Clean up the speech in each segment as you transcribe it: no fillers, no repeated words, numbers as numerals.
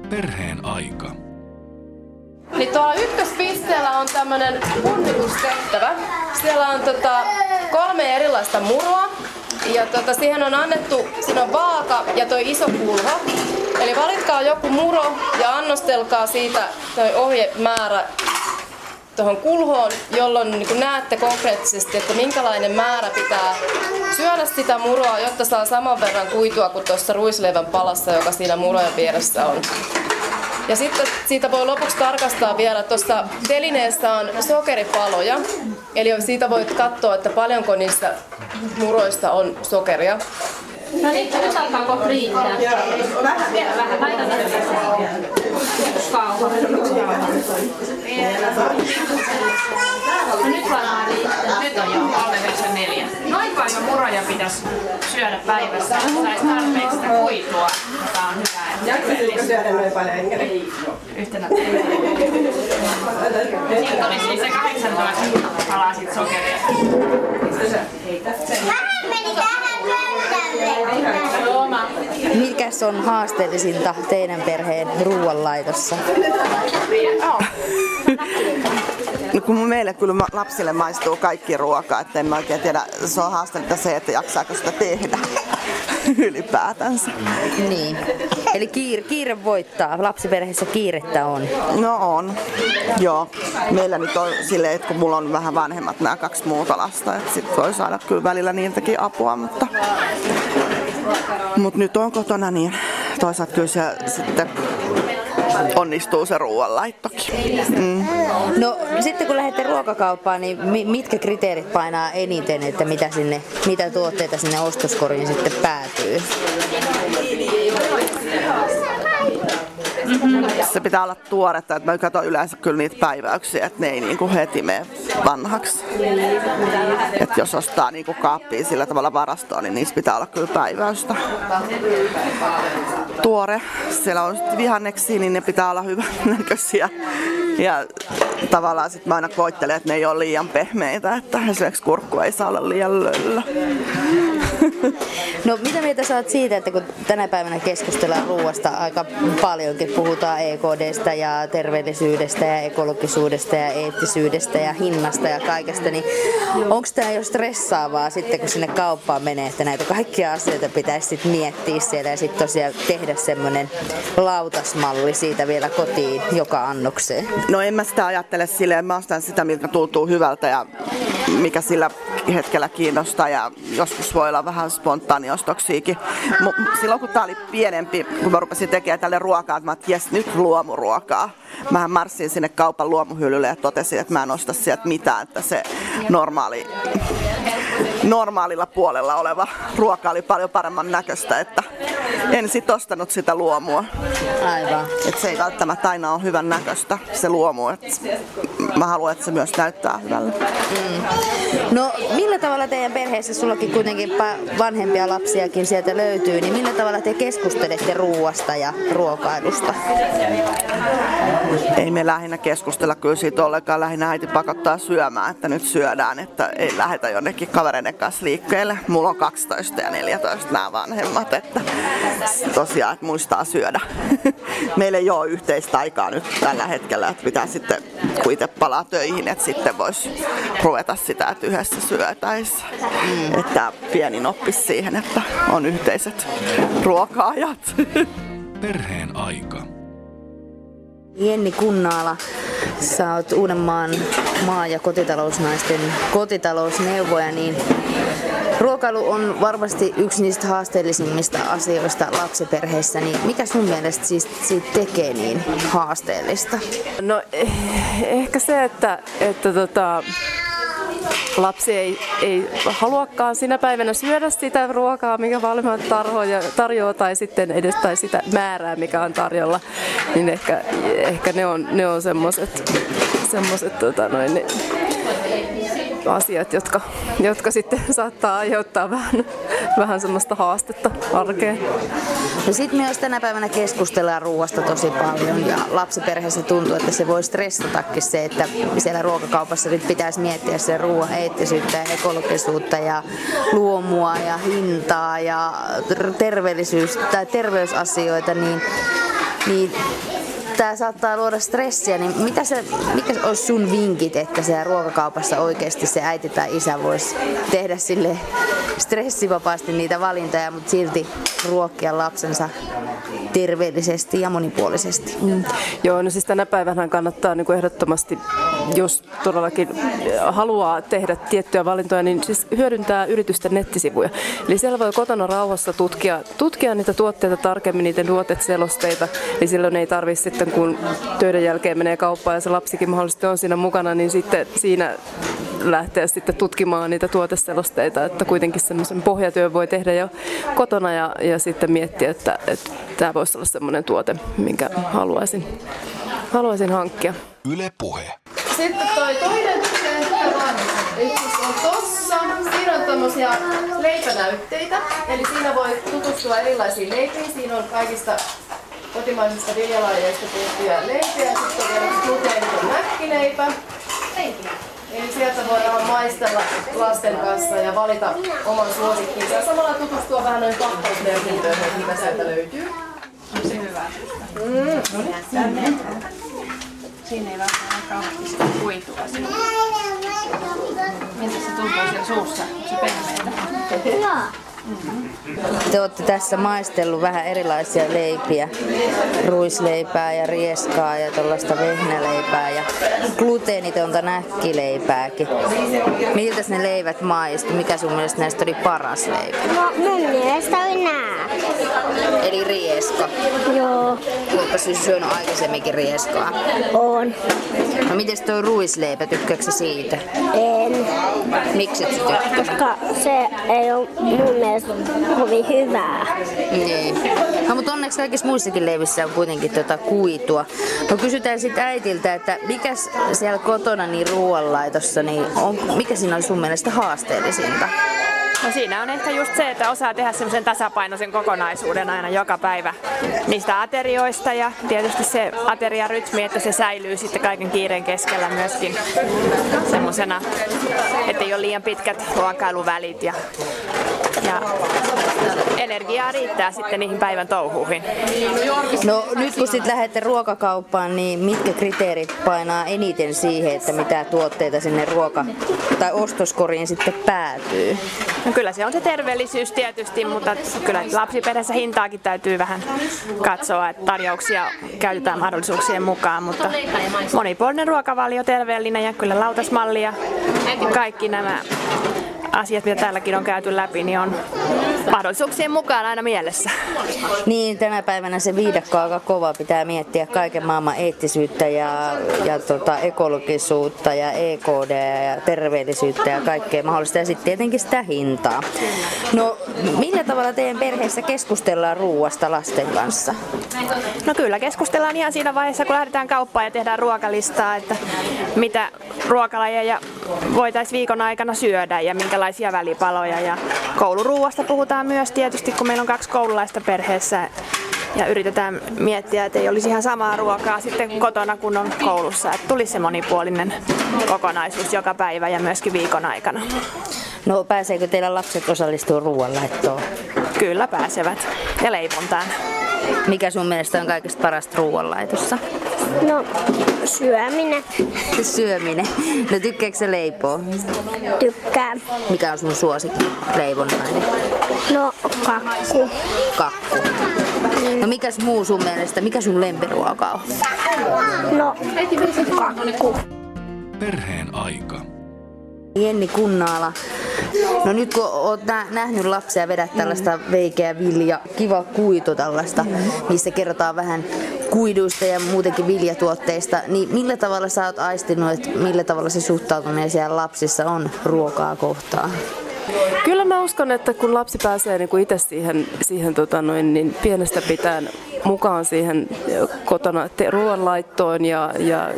Perheen aika. Niin tuolla ykköspisteellä on tämmönen punnitustehtävä. Siellä on 3 erilaista muroa. Ja siihen on annettu, siinä on vaaka ja toi iso kulho. Eli valitkaa joku muro ja annostelkaa siitä toi ohjemäärä tuohon kulhoon, jolloin niin näette konkreettisesti, että minkälainen määrä pitää syödä sitä muroa, jotta saa saman verran kuitua kuin tuossa ruisleivän palassa, joka siinä murojen vieressä on. Ja sitten siitä voi lopuksi tarkastaa vielä, tuossa telineessä on sokeripaloja, eli siitä voit katsoa, että paljonko niissä muroista on sokeria. No niin, nyt alkaako riittää? Vähän. Laita kauan. No nyt varmaan riittää. Nyt on jo alle 4. Noin paljon muroja pitäisi syödä päivässä, että saisi tarpeeksi sitä kuitua. Tämä on hyvä. Jaksatko syödä noin paljon, Inkeri? Yhtenä. Sitten oli siis se 18 palaa sit sokeria. Vähän meni tähän pöydälle. Mikäs on haasteellisinta teidän perheen ruoanlaitossa? No kun meille kyllä lapsille maistuu kaikki ruoka, että en mä oikein tiedä, se on haasteellista se, että jaksaako sitä tehdä ylipäätänsä. Niin. Eli kiire voittaa. Lapsiperheessä kiirettä on. No on, joo. Meillä nyt on silleen, että kun mulla on vähän vanhemmat nämä 2 muuta lasta, että sit voi saada kyllä välillä niiltäkin apua, mutta nyt on kotona, niin toisaalta kyllä se sitten onnistuu se ruoanlaittokin. No sitten kun lähdette ruokakauppaan, niin mitkä kriteerit painaa eniten, että mitä tuotteita sinne ostoskoriin sitten päätyy? Se pitää olla tuoretta, että mä katson yleensä kyllä niitä päiväyksiä, että ne ei niinku heti mene vanhaksi. Että jos ostaa niinku kaappia sillä tavalla varastoon, niin niissä pitää olla kyllä päiväystä. Tuore, siellä on vihanneksia, niin ne pitää olla hyvän näköisiä. Ja tavallaan sit mä aina koittelen, että ne ei ole liian pehmeitä, että esimerkiksi kurkku ei saa olla liian löllö. No mitä mieltä sä oot siitä, että kun tänä päivänä keskustellaan ruoasta aika paljonkin, puhutaan EKD:stä ja terveellisyydestä ja ekologisuudesta ja eettisyydestä ja hinnasta ja kaikesta, niin onko tämä jo stressaavaa sitten, kun sinne kauppaan menee, että näitä kaikkia asioita pitäisi sitten miettiä siellä ja sitten tosiaan tehdä semmoinen lautasmalli siitä vielä kotiin joka annokseen? No en mä sitä ajattele silleen, mä ostan sitä, miltä tuntuu hyvältä ja mikä sillä hetkellä kiinnostaa ja joskus voi olla vähän spontaaniostoksiakin. Silloin kun tää oli pienempi, kun mä rupesin tekemään tälle ruokaa, että mä ajattelin, jes nyt luomuruokaa. Mähän marssin sinne kaupan luomuhyllylle ja totesin, että mä en osta sieltä mitään, että se normaalilla puolella oleva ruoka oli paljon paremman näköistä, että en sit ostanut sitä luomua. Aivan. Et se ei välttämättä aina ole hyvän näköistä se luomu, että mä haluan, että se myös näyttää hyvälle. No millä tavalla teidän perheessä, sullakin kuitenkin vanhempia lapsiakin sieltä löytyy, niin millä tavalla te keskustelette ruoasta ja ruokailusta? Ei me lähinnä keskustella kyllä siitä ollenkaan, lähinnä äiti pakottaa syömään, että nyt syödään, että ei lähdetä jonnekin kavereiden kanssa liikkeelle. Mulla on 12 ja 14 nämä vanhemmat, että tosiaan, että muistaa syödä. Meillä ei ole yhteistä aikaa nyt tällä hetkellä, että pitää sitten, kun itse palaa töihin, että sitten voisi ruveta sitä, että yhdessä syötäisiin. Että pieni oppisi siihen, että on yhteiset ruoka-ajat. Perheen aika. Jenni Kunnaala, sä oot Uudenmaan maa- ja kotitalousnaisten kotitalousneuvoja, niin ruokailu on varmasti yksi niistä haasteellisimmista asioista lapsiperheissä, niin mikä sun mielestä siitä tekee niin haasteellista? No ehkä se, että lapsi ei haluakaan sinä päivänä syödä sitä ruokaa, mikä valmiimmat tarjoaa, tai sitten edes tai sitä määrää, mikä on tarjolla, niin ehkä ne on semmoiset asiat, jotka sitten saattaa aiheuttaa vähän semmoista haastetta arkeen. No sitten myös tänä päivänä keskustellaan ruoasta tosi paljon ja lapsiperheessä tuntuu, että se voi stressatakin se, että siellä ruokakaupassa nyt pitäisi miettiä sen ruoan eettisyyttä ja ekologisuutta ja luomua ja hintaa ja terveysasioita, niin niin tää saattaa luoda stressiä, niin mikä olisi sun vinkit, että siellä ruokakaupassa oikeasti se äiti tai isä voisi tehdä sille stressivapaasti niitä valintoja, mutta silti ruokkia lapsensa terveellisesti ja monipuolisesti? Joo, no siis tänä päivänä kannattaa niin kuin ehdottomasti, jos todellakin haluaa tehdä tiettyjä valintoja, niin siis hyödyntää yritysten nettisivuja. Eli siellä voi kotona rauhassa tutkia niitä tuotteita tarkemmin, niitä tuoteselosteita, niin silloin ei tarvitse sitten, kun töiden jälkeen menee kauppaan ja se lapsikin mahdollisesti on siinä mukana, niin sitten siinä lähteä sitten tutkimaan niitä tuoteselosteita, että kuitenkin semmoisen pohjatyön voi tehdä jo kotona ja sitten miettiä, että tämä voisi olla semmoinen tuote, minkä haluaisin hankkia. Yle Puhe. Sitten toi toinen on tossa. Siinä on tommosia leipänäytteitä. Eli siinä voi tutustua erilaisiin leipiin. Siinä on kaikista kotimaisista viljalajeista tehtyjä leipiä. Sitten on vielä gluteeniton näkkileipä. Eli sieltä voidaan maistella lasten kanssa ja valita oman suosikkinsa. Ja samalla tutustua vähän noin pakkausmerkintöihin, mitä sieltä löytyy. On se hyvä. Siinä ei välttämättä ole sitä kuitua. Miltä se tuntuu siellä suussa? Onko se pehmeitä? Te olette tässä maistellut vähän erilaisia leipiä, ruisleipää ja rieskaa ja tuollaista vehnäleipää ja gluteenitonta näkkileipääkin. Miltä ne leivät maistu? Mikä sun mielestä näistä oli paras leipä? No, mun mielestä oli nää. Eli rieska. Joo. Oletko siis syönyt aikaisemminkin rieskaa? On. No mites toi ruisleipä, tykkääksä siitä? En. Miksi et sä tykkää? Koska se ei ole mun mielestä kovin hyvää. Niin. No, mutta onneksi kaikissa muissakin leivissä on kuitenkin kuitua. No kysytään sitten äitiltä, että mikä siellä kotona niin ruoanlaitossa, niin mikä siinä oli sun mielestä haasteellisinta? No siinä on ehkä just se, että osaa tehdä semmoisen tasapainoisen kokonaisuuden aina joka päivä niistä aterioista ja tietysti se ateriarytmi, että se säilyy sitten kaiken kiireen keskellä myöskin semmosena, että ei ole liian pitkät ruokailuvälit ja energiaa riittää sitten niihin päivän touhuihin. No nyt kun sitten lähdette ruokakauppaan, niin mitkä kriteerit painaa eniten siihen, että mitä tuotteita sinne tai ostoskoriin sitten päätyy? No kyllä se on se terveellisyys tietysti, mutta kyllä lapsiperheessä hintaakin täytyy vähän katsoa, että tarjouksia käytetään mahdollisuuksien mukaan, mutta monipuolinen ruokavalio, terveellinen ja kyllä lautasmalli ja kaikki nämä asiat, mitä täälläkin on käyty läpi, niin on mahdollisuuksien mukaan aina mielessä. Niin, tänä päivänä se viidakko on aika kova. Pitää miettiä kaiken maailman eettisyyttä ja ekologisuutta ja EKD ja terveellisyyttä ja kaikkea mahdollista. Ja sitten tietenkin sitä hintaa. No, millä tavalla teidän perheessä keskustellaan ruuasta lasten kanssa? No kyllä, keskustellaan ihan siinä vaiheessa, kun lähdetään kauppaan ja tehdään ruokalistaa, että mitä ruokalajeja voitaisiin viikon aikana syödä ja minkälaisia välipaloja. Ja kouluruuasta puhutaan myös tietysti, kun meillä on 2 koululaista perheessä ja yritetään miettiä, että ei olisi ihan samaa ruokaa sitten kotona kun on koulussa, että tulisi se monipuolinen kokonaisuus joka päivä ja myöskin viikon aikana. No pääseekö teillä lapset osallistua ruoanlaittoon? Kyllä pääsevät ja leivontaan. Mikä sun mielestä on kaikista parasta ruoanlaitossa? No, syöminen. Syöminen. No tykkääkö sä leipoa? Tykkään. Mikä on sun suosikki leivonnainen? No, kakku. Kakku. No mikäs muu sun mielestä? Mikä sun lempiruoka on? No, kakku. Perheen aika. Jenni Kunnaala. No nyt kun oot nähnyt lapsia vedä tällaista veikeä vilja, kiva kuitu tällaista, missä kerrotaan vähän kuiduista ja muutenkin viljatuotteista, niin millä tavalla sä oot aistinut, että millä tavalla se suhtautuminen siellä lapsissa on ruokaa kohtaan? Kyllä mä uskon, että kun lapsi pääsee niin kuin itse siihen niin pienestä pitäen mukaan siihen kotona ruoanlaittoon ja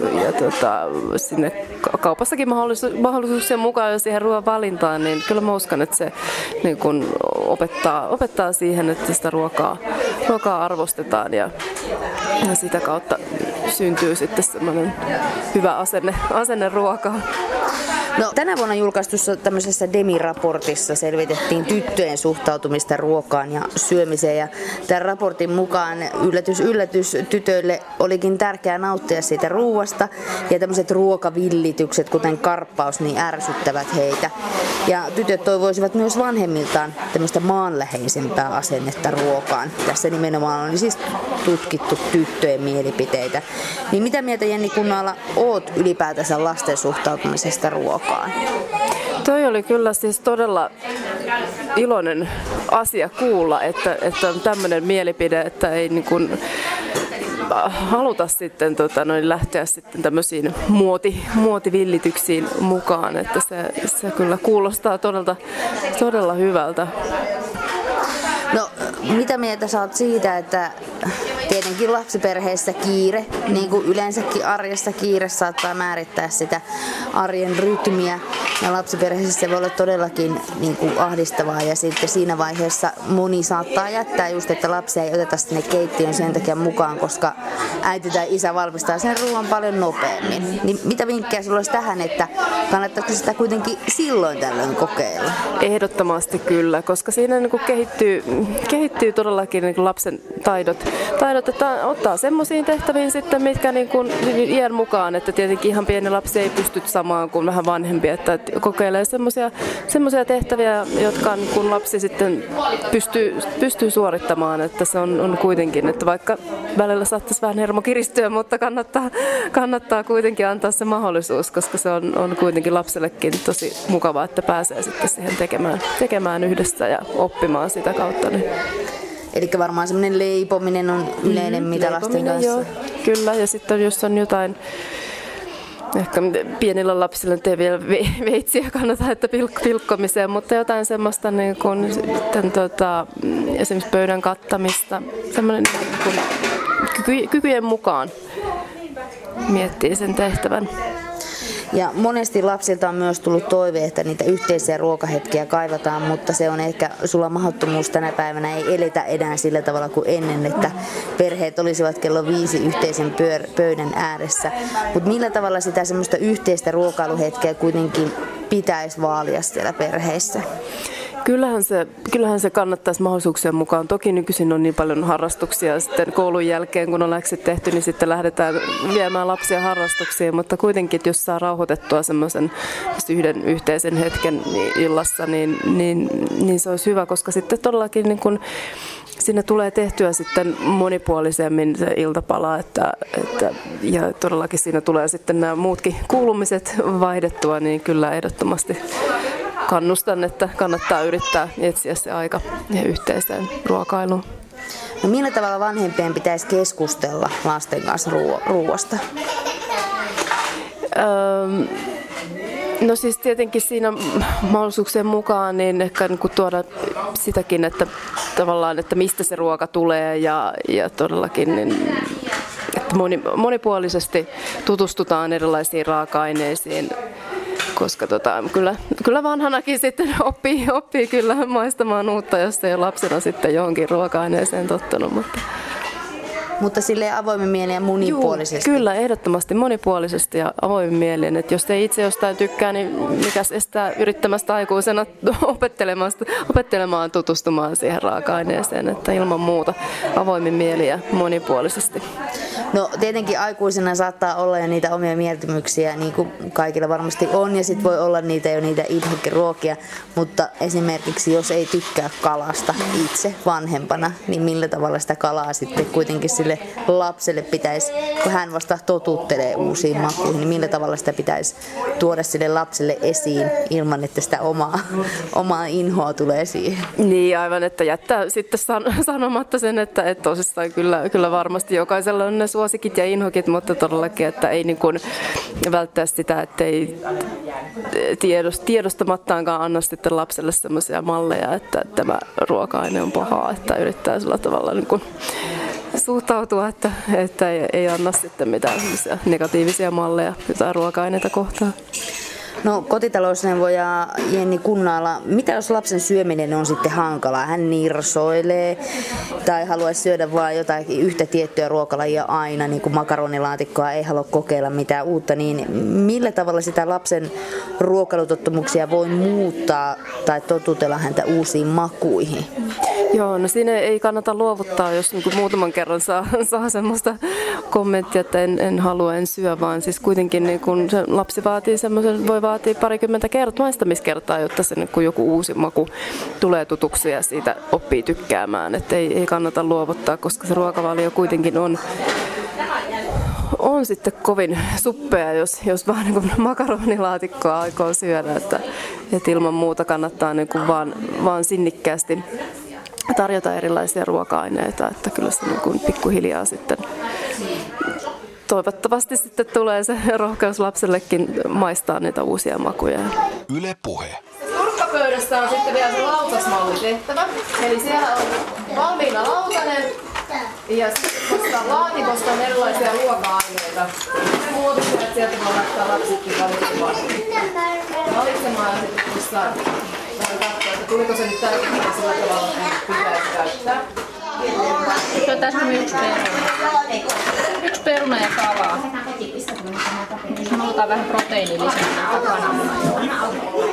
sinne kaupassakin mahdollisuuksien mukaan ja siihen ruoan valintaan, niin kyllä mä uskon, että se niin kuin opettaa siihen, että sitä ruokaa arvostetaan ja sitä kautta syntyy sitten semmoinen hyvä asenne ruokaan. No, tänä vuonna julkaistussa tämmöisessä Demi-raportissa selvitettiin tyttöjen suhtautumista ruokaan ja syömiseen. Ja tämän raportin mukaan yllätys, tytöille olikin tärkeää nauttia siitä ruuasta. Ja tämmöiset ruokavillitykset, kuten karppaus, niin ärsyttävät heitä. Ja tytöt toivoisivat myös vanhemmiltaan tämmöistä maanläheisempää asennetta ruokaan. Tässä nimenomaan oli siis tutkittu tyttöjen mielipiteitä. Niin mitä mieltä, Jenni Kunnaala, oot ylipäätänsä lasten suhtautumisesta ruokaan? Toi oli kyllä siis todella iloinen asia kuulla, että on tämmöinen mielipide, että ei niin kuin haluta sitten lähteä sitten tämmöisiin muotivillityksiin mukaan, että se kyllä kuulostaa todella hyvältä. No, mitä mieltä sä oot siitä, että tietenkin lapsiperheissä kiire, niin kuin yleensäkin arjessa kiire saattaa määrittää sitä arjen rytmiä. Ja lapsiperheissä se voi olla todellakin niin kuin ahdistavaa ja sitten siinä vaiheessa moni saattaa jättää just, että lapsia ei oteta sinne keittiön sen takia mukaan, koska äiti tai isä valmistaa sen ruoan paljon nopeammin. Niin mitä vinkkejä sulla olisi tähän, että kannattaisi sitä kuitenkin silloin tällöin kokeilla? Ehdottomasti kyllä, koska siinä niin kuin kehittyy todellakin niin kuin lapsen taidot, että ottaa semmoisiin tehtäviin sitten, mitkä niin kuin iän mukaan, että tietenkin ihan pieni lapsi ei pysty samaan kuin vähän vanhempi, että kokeilee semmoisia tehtäviä, jotka niin kuin lapsi sitten pystyy suorittamaan, että se on kuitenkin, että vaikka välillä saattaisi vähän hermo kiristyä, mutta kannattaa kuitenkin antaa se mahdollisuus, koska se on kuitenkin lapsellekin tosi mukavaa, että pääsee sitten siihen tekemään yhdessä ja oppimaan sitä kautta. Niin. Eli varmaan semmoinen leipominen on yleinen, mitä lasten kanssa. Joo, kyllä, ja sitten jos on jotain, ehkä pienillä lapsilla nyt ei vielä veitsiä kannata, että pilkkomiseen, mutta jotain semmoista niin kuin, sitten, esimerkiksi pöydän kattamista, semmoinen kykyjen mukaan miettii sen tehtävän. Ja monesti lapsilta on myös tullut toive, että niitä yhteisiä ruokahetkiä kaivataan, mutta se on ehkä sulla mahdottomuus tänä päivänä, ei eletä enää sillä tavalla kuin ennen, että perheet olisivat kello 5 yhteisen pöydän ääressä. Mutta millä tavalla sitä semmoista yhteistä ruokailuhetkeä kuitenkin pitäisi vaalia siellä perheissä? Kyllähän se kannattaisi mahdollisuuksien mukaan. Toki nykyisin on niin paljon harrastuksia. Sitten koulun jälkeen, kun on läksyt tehty, niin sitten lähdetään viemään lapsia harrastuksiin. Mutta kuitenkin, jos saa rauhoitettua semmoisen yhden yhteisen hetken illassa, niin se olisi hyvä, koska sitten todellakin niin kun siinä tulee tehtyä sitten monipuolisemmin se iltapala, ja todellakin siinä tulee sitten nämä muutkin kuulumiset vaihdettua, niin kyllä ehdottomasti kannustan, että kannattaa yrittää etsiä se aika yhteiseen ruokailuun. No millä tavalla vanhempien pitäisi keskustella lasten kanssa ruoasta? No siis tietenkin siinä mahdollisuuksien mukaan niin ehkä niin kuin tuoda sitäkin, että tavallaan, että mistä se ruoka tulee ja todellakin niin, että monipuolisesti tutustutaan erilaisiin raaka-aineisiin. Koska kyllä vanhanakin sitten oppii kyllä maistamaan uutta, jos ei ole lapsena sitten johonkin ruoka-aineeseen tottunut. Mutta silleen avoimin mielin ja monipuolisesti. Kyllä, ehdottomasti monipuolisesti ja avoimin mielin. Että jos ei itse jostain tykkää, niin mikäs estää yrittämästä aikuisena opettelemaan tutustumaan siihen raaka-aineeseen. Että ilman muuta avoimin mieli ja monipuolisesti. No tietenkin aikuisena saattaa olla jo niitä omia mieltymyksiä, niin kuin kaikilla varmasti on, ja sitten voi olla niitä inhokkiruokia, mutta esimerkiksi jos ei tykkää kalasta itse vanhempana, niin millä tavalla sitä kalaa sitten kuitenkin sille lapselle pitäisi, kun hän vasta totuttelee uusiin makuihin, niin millä tavalla sitä pitäisi tuoda sille lapselle esiin ilman, että sitä omaa inhoa tulee siihen. Niin aivan, että jättää sitten sanomatta sen, että tosissaan kyllä varmasti jokaisella on ne suosikit ja inhokit, mutta todellakin, että ei niin kuin välttää sitä, että ei tiedostamattaankaan anna sitten lapselle sellaisia malleja, että tämä ruoka-aine on pahaa, että yrittää sillä tavalla niin kuin suhtautua, että ei anna sitten mitään negatiivisia malleja jotain ruoka-aineita kohtaan. No kotitalousneuvoja Jenni Kunnaala, mitä jos lapsen syöminen on sitten hankalaa? Hän nirsoilee tai haluaisi syödä vain jotain yhtä tiettyä ruokalajia aina, niin kuin makaronilaatikkoa, ei halua kokeilla mitään uutta, niin millä tavalla sitä lapsen ruokailutottumuksia voi muuttaa tai totutella häntä uusiin makuihin? Joo, no siinä ei kannata luovuttaa, jos niin kuin muutaman kerran saa semmoista kommenttia, että en halua, en syö, vaan siis kuitenkin niin kun se lapsi vaatii semmoisen, voi vaatia parikymmentä maistamiskertaa, jotta se niin kun joku uusi maku tulee tutuksi ja siitä oppii tykkäämään. Että ei kannata luovuttaa, koska se ruokavalio kuitenkin on sitten kovin suppea, jos vaan niin makaronilaatikkoa aikoo syödä, että ilman muuta kannattaa niin kuin vaan sinnikkäästi tarjota erilaisia ruoka-aineita, että kyllä se niin kuin pikkuhiljaa sitten toivottavasti sitten tulee se rohkeus lapsellekin maistaa niitä uusia makuja. Yle Puhe. Turkkapöydässä on sitten vielä se lautasmalli tehtävä. Eli siellä on valmiina lautanen ja koska laatikosta on erilaisia ruoka-aineita. Ne muodostuvat sieltä voi laittaa lapsetkin valitsemaan ja sitten tuossa voi katsoa, että tuliko se nyt täysin sillä tavalla, että pitäisi käyttää. Tässä on yksi peruna ja kalaa. Jos me halutaan vähän proteiinillisempää kananmunaa.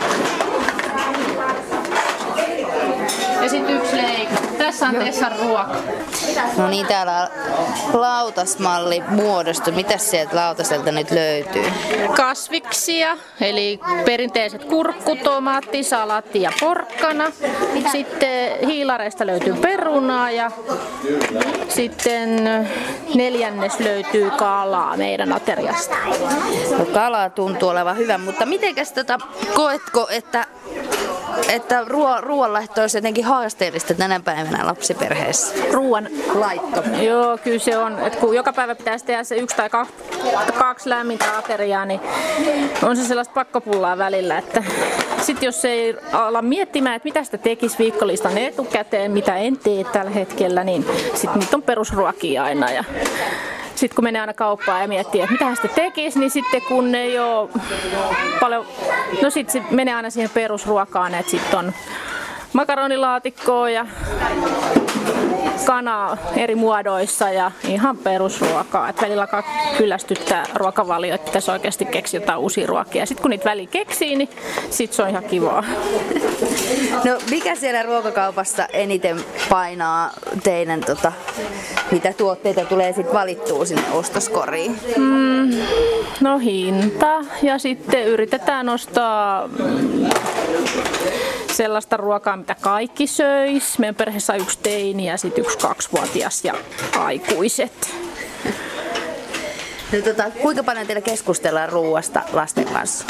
Ja sitten yksi leikko. Tässä on Tessan ruoka. No niin, täällä on lautasmalli muodostu. Mitäs sieltä lautaselta nyt löytyy? Kasviksia, eli perinteiset kurkku, tomaatti, salatti ja porkkana. Sitten hiilareista löytyy perunaa ja sitten 4. löytyy kalaa meidän ateriasta. No, kala tuntuu olevan hyvä, mutta mitenkäs koetko, että ruoanlaitto olisi jotenkin haasteellista tänä päivänä lapsiperheessä? Ruoan laitto. Joo, kyllä se on. Että kun joka päivä pitäisi tehdä se 1 tai 2 lämmintä ateriaa, niin on se sellaista pakkopullaa välillä. Sitten jos ei ala miettimään, että mitä sitä tekisi viikkolistan etukäteen, mitä en tee tällä hetkellä, niin sitten niitä on perusruokia aina. Ja sitten kun menee aina kauppaan ja miettii, että mitä sitä tekisi, niin sitten kun ei ole paljon, no sitten se menee aina siihen perusruokaan, että sitten on makaronilaatikkoa ja kanaa eri muodoissa ja ihan perusruokaa. Et välillä kyllästyttää ruokavalio, että pitäisi oikeasti keksiä jotain uusia ruokia. Sitten kun niitä väliin keksii, niin sitten se on ihan kivaa. No mikä siellä ruokakaupassa eniten painaa teidän, mitä tuotteita tulee sitten valittua sinne ostoskoriin? No hinta ja sitten yritetään ostaa sellaista ruokaa, mitä kaikki söis. Meidän perheessä on 1 teini ja sitten 1 2-vuotias ja aikuiset. No, kuinka paljon teillä keskustellaan ruoasta lasten kanssa?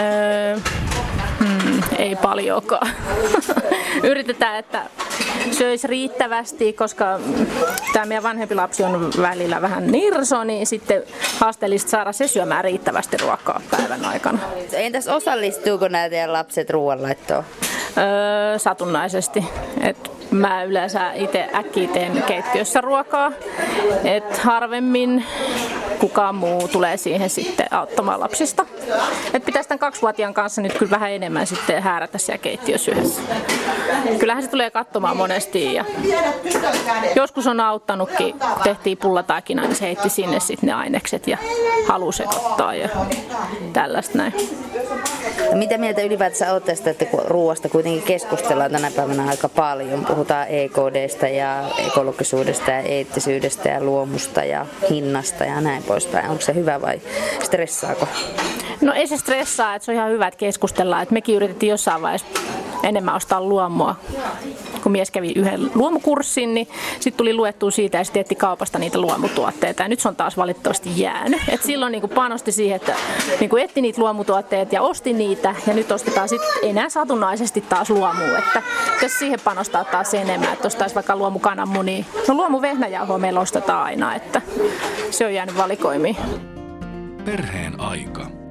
Ei paljonkaan. Yritetään, että söisi riittävästi, koska tämä meidän vanhempi lapsi on välillä vähän nirso, niin sitten haasteellista saada se syömään riittävästi ruokaa päivän aikana. Entäs osallistuuko nämä teidän lapset ruoanlaittoon? Satunnaisesti. Mä yleensä itse äkkiä teen keittiössä ruokaa, harvemmin kukaan muu tulee siihen sitten auttamaan lapsista. Pitäisi tämän 2-vuotiaan kanssa nyt kyllä vähän enemmän sitten häärätä siellä keittiössä yhdessä. Kyllähän se tulee katsomaan monesti ja joskus on auttanutkin, kun tehtiin pullataikinaa, niin se heitti sinne sitten ne ainekset ja halusi sekoittaa ja tällaista näin. No, mitä mieltä ylipäätänsä olet tästä, että kun ruoasta kuitenkin keskustellaan tänä päivänä aika paljon? Puhutaan EKD:stä ja ekologisuudesta ja eettisyydestä ja luomusta ja hinnasta ja näin poispäin. Onko se hyvä vai stressaako? No ei se stressaa, että se on ihan hyvä, että keskustellaan. Että mekin yritettiin jossain vaiheessa enemmän ostaa luomua. Kun mies kävi yhden luomukurssin, niin sitten tuli luettua siitä ja sitten etti kaupasta niitä luomutuotteita. Ja nyt se on taas valitettavasti jäänyt. Et silloin niin panosti siihen, että niin etti niitä luomutuotteita ja osti niitä. Ja nyt ostetaan sitten enää satunnaisesti taas luomua. Että pitäisi siihen panostaa taas enemmän. Että ostaisi vaikka luomukananmunia. No luomuvehnäjauhoa meillä ostetaan aina, että se on jäänyt valikoimiin. Perheen aika.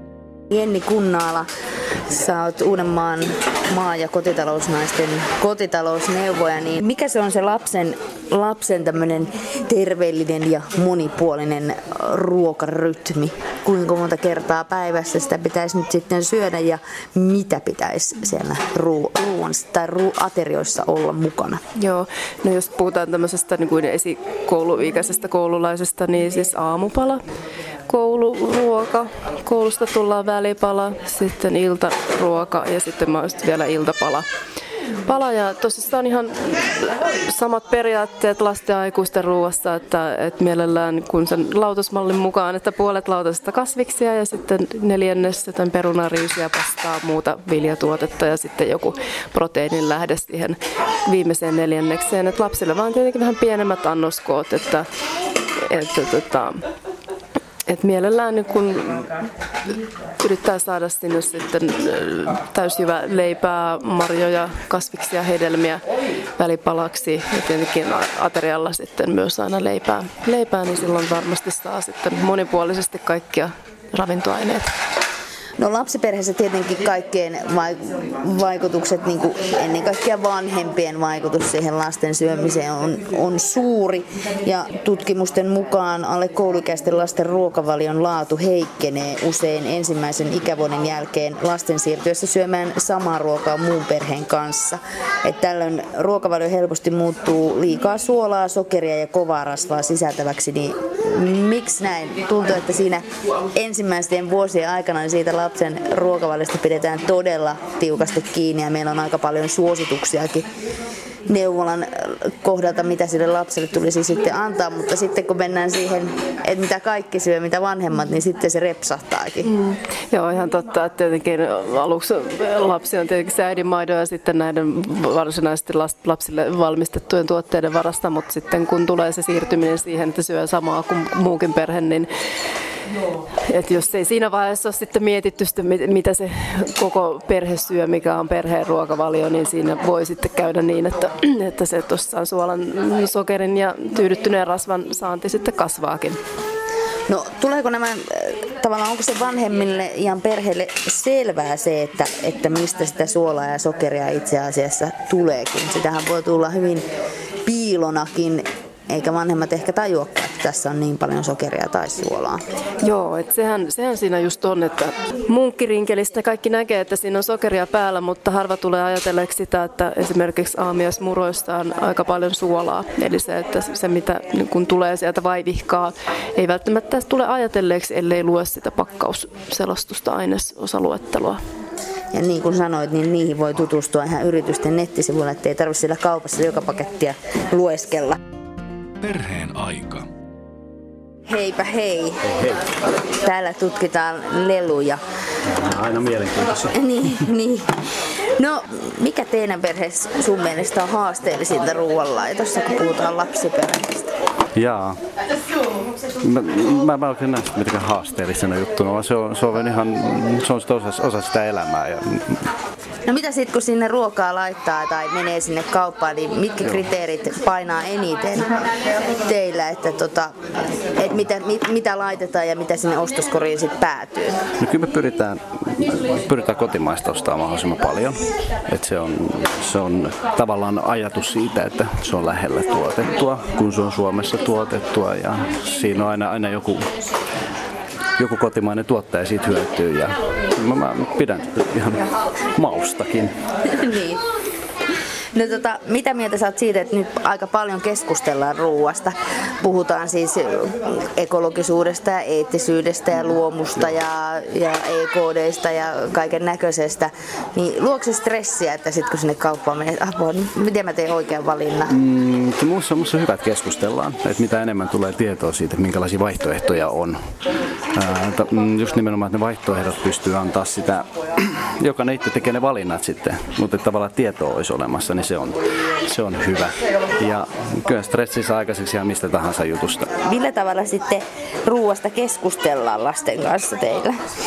Jenni Kunnaala, sä oot Uudenmaan maa- ja kotitalousnaisten kotitalousneuvoja, niin mikä se on se lapsen tämmöinen terveellinen ja monipuolinen ruokarytmi? Kuinka monta kertaa päivässä sitä pitäisi nyt sitten syödä ja mitä pitäisi siellä ruoassa tai aterioissa olla mukana? Joo, no jos puhutaan tämmöisestä niin kuin esikouluikäisestä koululaisesta, niin siis aamupala, kouluruoka, koulusta tullaan välipala, sitten iltaruoka ja sitten mahdollisesti vielä iltapala. Ja tosissaan ihan samat periaatteet lasten ja aikuisten ruoassa, että mielellään kun sen lautasmallin mukaan, että puolet lautasesta kasviksia ja sitten 4 jotain perunariisiä, pastaa, muuta viljatuotetta ja sitten joku proteiinin lähde siihen viimeiseen 4. Että lapsille vaan tietenkin vähän pienemmät annoskoot, että mielellään kun yrittää saada sinne sitten täysjyvä leipää, marjoja, kasviksia, hedelmiä välipalaksi ja tietenkin aterialla sitten myös aina leipää, niin silloin varmasti saa sitten monipuolisesti kaikkia ravintoaineita. No lapsiperheessä tietenkin kaikkien vaikutukset, niin kuin ennen kaikkea vanhempien vaikutus siihen lasten syömiseen on suuri. Ja tutkimusten mukaan alle kouluikäisten lasten ruokavalion laatu heikkenee usein ensimmäisen ikävuoden jälkeen lasten siirtyessä syömään samaa ruokaa muun perheen kanssa. Et tällöin ruokavalio helposti muuttuu liikaa suolaa, sokeria ja kovaa rasvaa sisältäväksi. Niin miksi näin? Tuntuu, että siinä ensimmäisten vuosien aikana niin siitä lapsen ruokavaliosta pidetään todella tiukasti kiinni ja meillä on aika paljon suosituksiakin neuvolan kohdalta, mitä sille lapselle tulisi sitten antaa, mutta sitten kun mennään siihen, että mitä kaikki syö, mitä vanhemmat, niin sitten se repsahtaakin. Joo, ihan totta, että tietenkin aluksi lapsi on tietenkin se äidinmaidon ja sitten näiden varsinaisesti lapsille valmistettujen tuotteiden varasta, mutta sitten kun tulee se siirtyminen siihen, että syö samaa kuin muukin perhe, niin että jos ei siinä vaiheessa ole sitten mietitty sitä, mitä se koko perhe syö, mikä on perheen ruokavalio, niin siinä voi sitten käydä niin, että se tuossa suolan, sokerin ja tyydyttyneen rasvan saanti sitten kasvaakin. No tuleeko nämä, tavallaan onko se vanhemmille ja perheelle selvää se, että mistä sitä suolaa ja sokeria itse asiassa tuleekin? Sitähän voi tulla hyvin piilonakin, eikä vanhemmat ehkä tajuakaan, että tässä on niin paljon sokeria tai suolaa. Joo, että sehän siinä just on, että munkkirinkkelistä kaikki näkee, että siinä on sokeria päällä, mutta harva tulee ajatelleeksi sitä, että esimerkiksi aamiaismuroista on aika paljon suolaa. Eli se, että se mitä kun tulee sieltä vaivihkaa, ei välttämättä tule ajatelleeksi, ellei lue sitä pakkausselostusta ainesosaluettelua. Ja niin kuin sanoit, niin niihin voi tutustua ihan yritysten nettisivuilla, ettei tarvitse siellä kaupassa joka pakettia lueskella. Perheen aika. Heipä hei. Hei. Täällä tutkitaan leluja. Aina mielenkiintoisia. Niin. No, mikä teidän perheessä sun mielestä on haasteellisinta ruoanlaitossa, kun puhutaan lapsiperheestä? Jaa. Mä oikein näe mitenkään haasteellisena juttuna, vaan se on ihan osa sitä elämää. No mitä sitten, kun sinne ruokaa laittaa tai menee sinne kauppaan, niin mitkä kriteerit painaa eniten teillä, että mitä laitetaan ja mitä sinne ostoskoriin sitten päätyy? No kyllä me pyritään kotimaista ostaa mahdollisimman paljon. Et se on tavallaan ajatus siitä, että se on lähellä tuotettua, kun se on Suomessa tuotettua ja siinä on aina joku kotimainen tuottaja siitä hyötyy ja mä pidän ihan maustakin. Niin. No mitä mieltä sä oot siitä, että nyt aika paljon keskustellaan ruuasta? Puhutaan siis ekologisuudesta ja eettisyydestä ja luomusta ja EKD:stä ja kaiken näköisestä. Niin luoko se stressiä, että sit kun sinne kauppaan menee, miten mä teen oikean valinnan? Minusta on hyvä, että keskustellaan, että mitä enemmän tulee tietoa siitä, että minkälaisia vaihtoehtoja on. Just nimenomaan, että ne vaihtoehdot pystyy antaa sitä, jokainen itse tekee ne valinnat sitten, mutta tavallaan tietoa olisi olemassa, niin se on hyvä. Ja kyllä stressi saa aikaiseksi ihan mistä tahansa jutusta. Millä tavalla sitten ruuasta keskustellaan lasten kanssa teillä?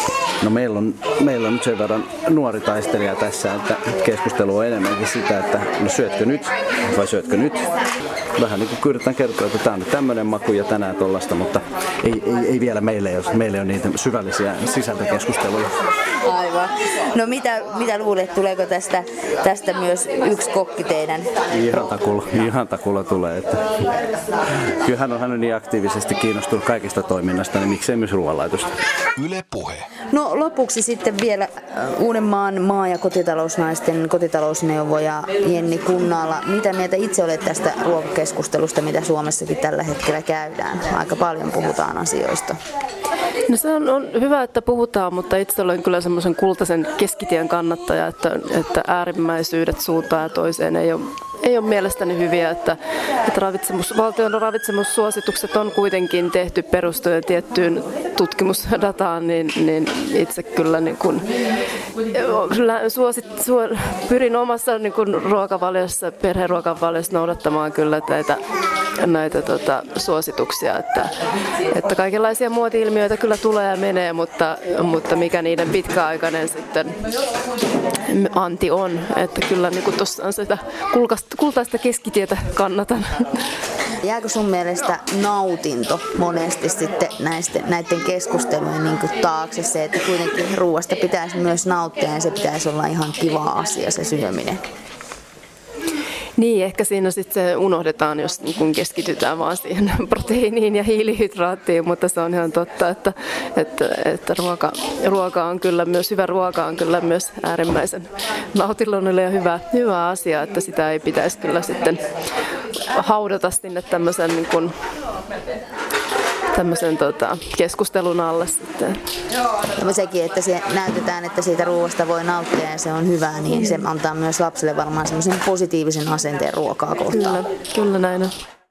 No meillä on nyt sen verran nuori taistelija tässä, että keskustelu on enemmänkin sitä, että no syötkö nyt vai syötkö nyt. Vähän niin kuin yritän kertoa, että tämä on nyt tämmöinen maku ja tänään tollasta, mutta ei vielä meille on niitä syvällisiä sisältökeskusteluja. Aivan. No mitä luulet, tuleeko tästä myös yksi kokki teidän? Ihan takulla tulee. Että kyllähän hän on niin aktiivisesti kiinnostunut kaikista toiminnasta, niin miksei myös ruoanlaitosta. Yle Puhe. No lopuksi sitten vielä Uudenmaan maa- ja kotitalousnaisten kotitalousneuvoja Jenni Kunnaala. Mitä mieltä itse olet tästä ruokakeskustelusta, mitä Suomessakin tällä hetkellä käydään? Aika paljon puhutaan asioista. No se on hyvä, että puhutaan, mutta itse olen kyllä semmoisen kultaisen keskitien kannattaja, että äärimmäisyydet suuntaan ja toiseen ei ole mielestäni hyviä, että valtion ravitsemussuositukset on kuitenkin tehty perustuen tiettyyn tutkimusdataan, niin itse kyllä niin kun, pyrin omassa niin kun ruokavaliossa, perheruokavaliossa noudattamaan kyllä näitä suosituksia, että kaikenlaisia muoti-ilmiöitä kyllä tulee ja menee, mutta mikä niiden pitkäaikainen sitten anti on, että kyllä niin kuin tuossa on sitä kultaista keskitietä kannatan. Jääkö sun mielestä nautinto monesti sitten näiden keskustelujen niin kuin taakse se, että kuitenkin ruoasta pitäisi myös nauttia ja se pitäisi olla ihan kiva asia se syöminen? Niin, ehkä siinä sitten se unohdetaan, jos kun keskitytään vaan siihen proteiiniin ja hiilihydraattiin, mutta se on ihan totta, että ruoka on kyllä myös, hyvä ruoka on kyllä myös äärimmäisen nautinnollinen ja hyvä asia, että sitä ei pitäisi kyllä sitten haudata sinne tämmöisen niin kuin keskustelun alle sitten. Ja sekin, että se näytetään, että siitä ruoasta voi nauttia ja se on hyvää, niin se antaa myös lapselle varmaan semmoisen positiivisen asenteen ruokaa kohtaan. Kyllä näin on.